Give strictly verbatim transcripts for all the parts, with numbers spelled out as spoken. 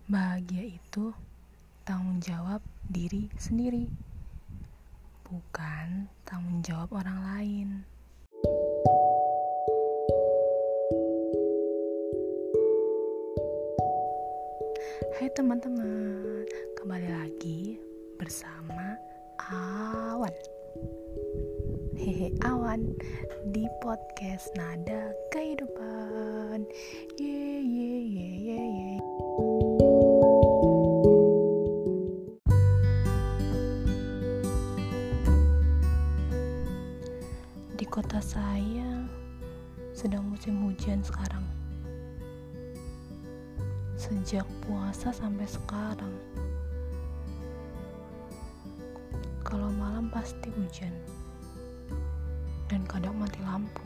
Bahagia itu tanggung jawab diri sendiri, bukan tanggung jawab orang lain. Hai teman-teman, kembali lagi bersama Awan. Hehe Awan di podcast Nada Kehidupan. Ye ye ye ye ye. Di kota saya sedang musim hujan sekarang. Sejak puasa sampai sekarang. Kalau malam pasti hujan. Dan kadang mati lampu.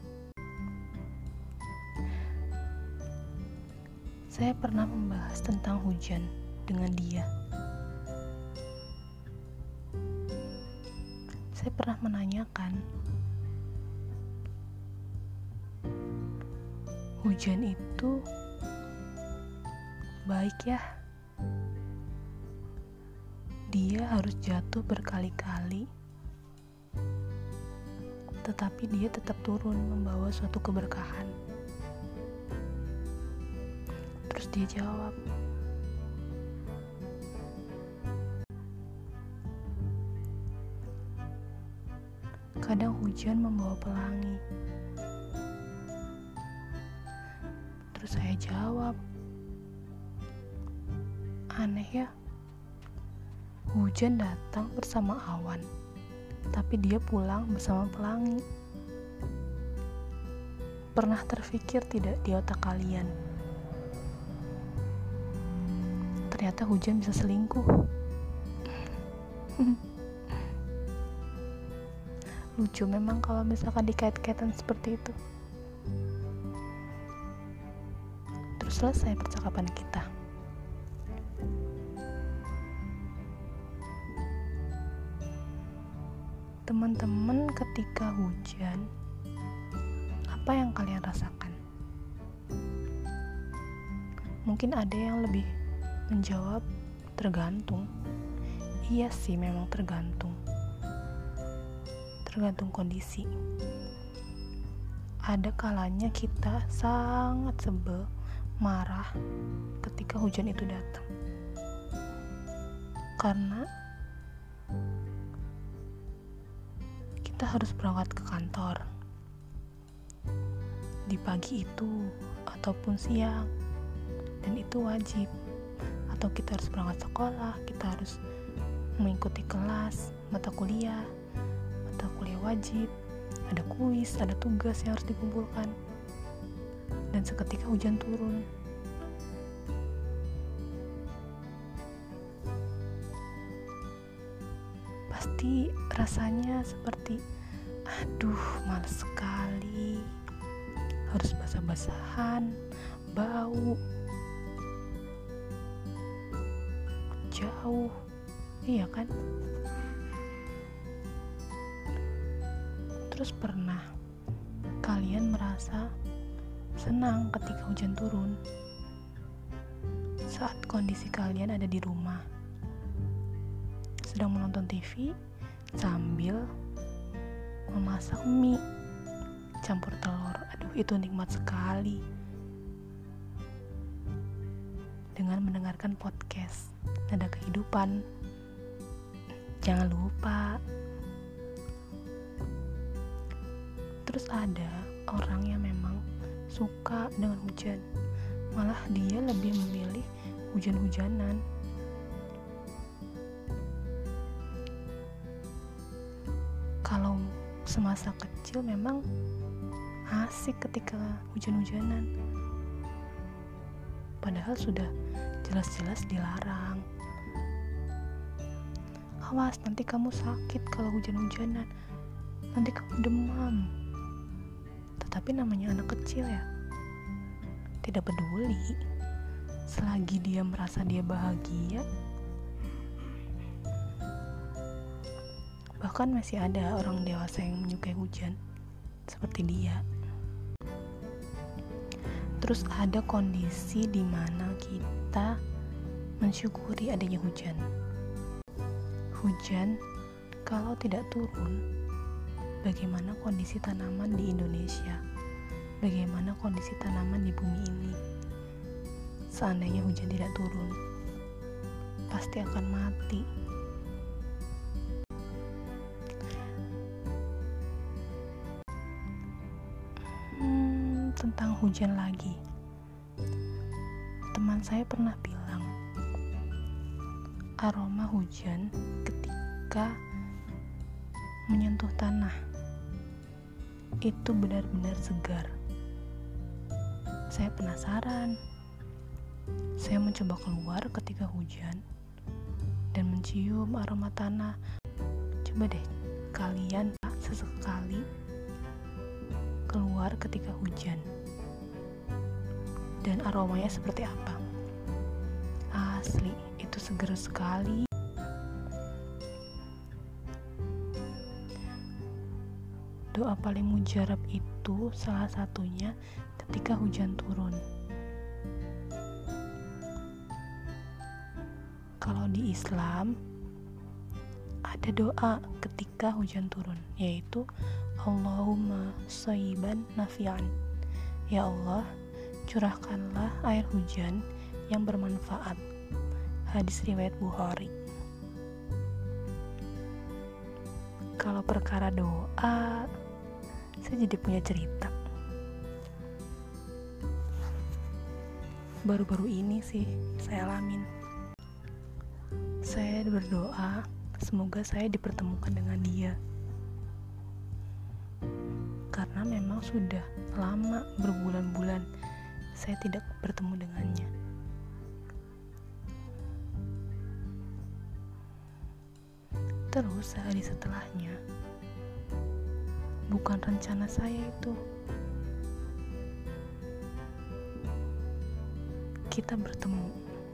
Saya pernah membahas tentang hujan dengan dia. Saya pernah menanyakan, hujan itu baik ya? Dia harus jatuh berkali-kali, tetapi dia tetap turun membawa suatu keberkahan. Terus dia jawab, kadang hujan membawa pelangi. Terus saya jawab, aneh ya, hujan datang bersama awan, tapi dia pulang bersama pelangi. Pernah terfikir tidak di otak kalian? Ternyata hujan bisa selingkuh. Lucu memang kalau misalkan dikait-kaitan seperti itu. Terus selesai percakapan kita. Teman-teman, ketika hujan, apa yang kalian rasakan? Mungkin ada yang lebih menjawab tergantung. Iya sih, memang tergantung. Tergantung kondisi. Ada kalanya kita sangat sebel, marah ketika hujan itu datang. Karena kita harus berangkat ke kantor di pagi itu ataupun siang, dan itu wajib. Atau kita harus berangkat sekolah, kita harus mengikuti kelas, mata kuliah, mata kuliah wajib, ada kuis, ada tugas yang harus dikumpulkan, dan seketika hujan turun. Pasti rasanya seperti, aduh males sekali, harus basah-basahan, bau, jauh, iya kan? Terus pernah kalian merasa senang ketika hujan turun saat kondisi kalian ada di rumah, sedang menonton T V sambil memasak mie campur telur. Aduh, itu nikmat sekali. Dengan mendengarkan podcast Nada Kehidupan. Jangan lupa. Terus ada orang yang memang suka dengan hujan, malah dia lebih memilih hujan-hujanan. Kalau semasa kecil memang asik ketika hujan-hujanan, padahal sudah jelas-jelas dilarang. Awas, nanti kamu sakit kalau hujan-hujanan, nanti kamu demam. Tetapi namanya anak kecil ya, tidak peduli. Selagi dia merasa dia bahagia. Bahkan masih ada orang dewasa yang menyukai hujan seperti dia. Terus ada kondisi di mana kita mensyukuri adanya hujan. Hujan kalau tidak turun, bagaimana kondisi tanaman di Indonesia? Bagaimana kondisi tanaman di bumi ini? Seandainya hujan tidak turun, pasti akan mati. Hmm, tentang hujan lagi. Teman saya pernah bilang, aroma hujan ketika menyentuh tanah itu benar-benar segar. Saya penasaran. Saya mencoba keluar ketika hujan dan mencium aroma tanah. Coba deh kalian sesekali keluar ketika hujan dan aromanya seperti apa. Asli, itu segar sekali. Doa paling mujarab itu salah satunya ketika hujan turun. Kalau di Islam ada doa ketika hujan turun, yaitu Allahumma shayyiban nafi'an. Ya Allah, curahkanlah air hujan yang bermanfaat. Hadis riwayat Bukhari. Kalau perkara doa, saya jadi punya cerita. Baru-baru ini sih saya alamin. Saya berdoa semoga saya dipertemukan dengan dia, karena memang sudah lama, berbulan-bulan saya tidak bertemu dengannya. Terus sehari setelahnya, bukan rencana saya itu, kita bertemu.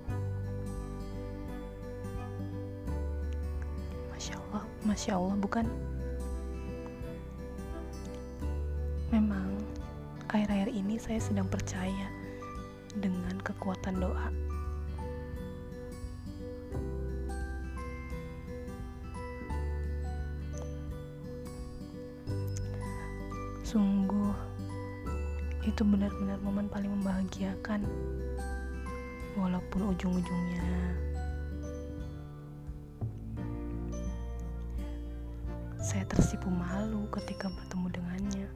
Masya Allah, Masya Allah, bukan? Memang akhir-akhir ini saya sedang percaya dengan kekuatan doa. Sungguh, itu benar-benar momen paling membahagiakan. Walaupun ujung-ujungnya saya tersipu malu ketika bertemu dengannya.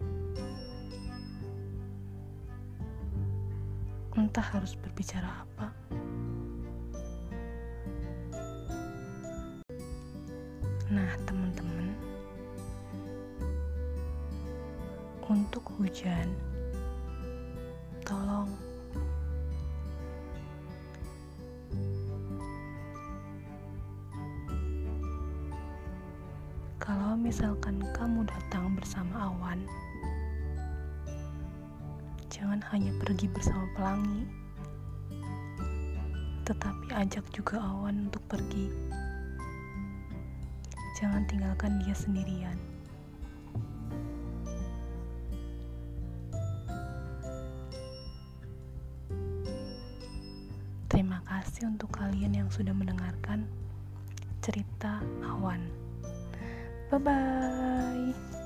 Entah harus berbicara apa. Nah, teman-teman, untuk hujan, tolong kalau misalkan kamu datang bersama awan, jangan hanya pergi bersama pelangi, tetapi ajak juga awan untuk pergi. Jangan tinggalkan dia sendirian. Terima kasih untuk kalian yang sudah mendengarkan cerita awan. Bye-bye.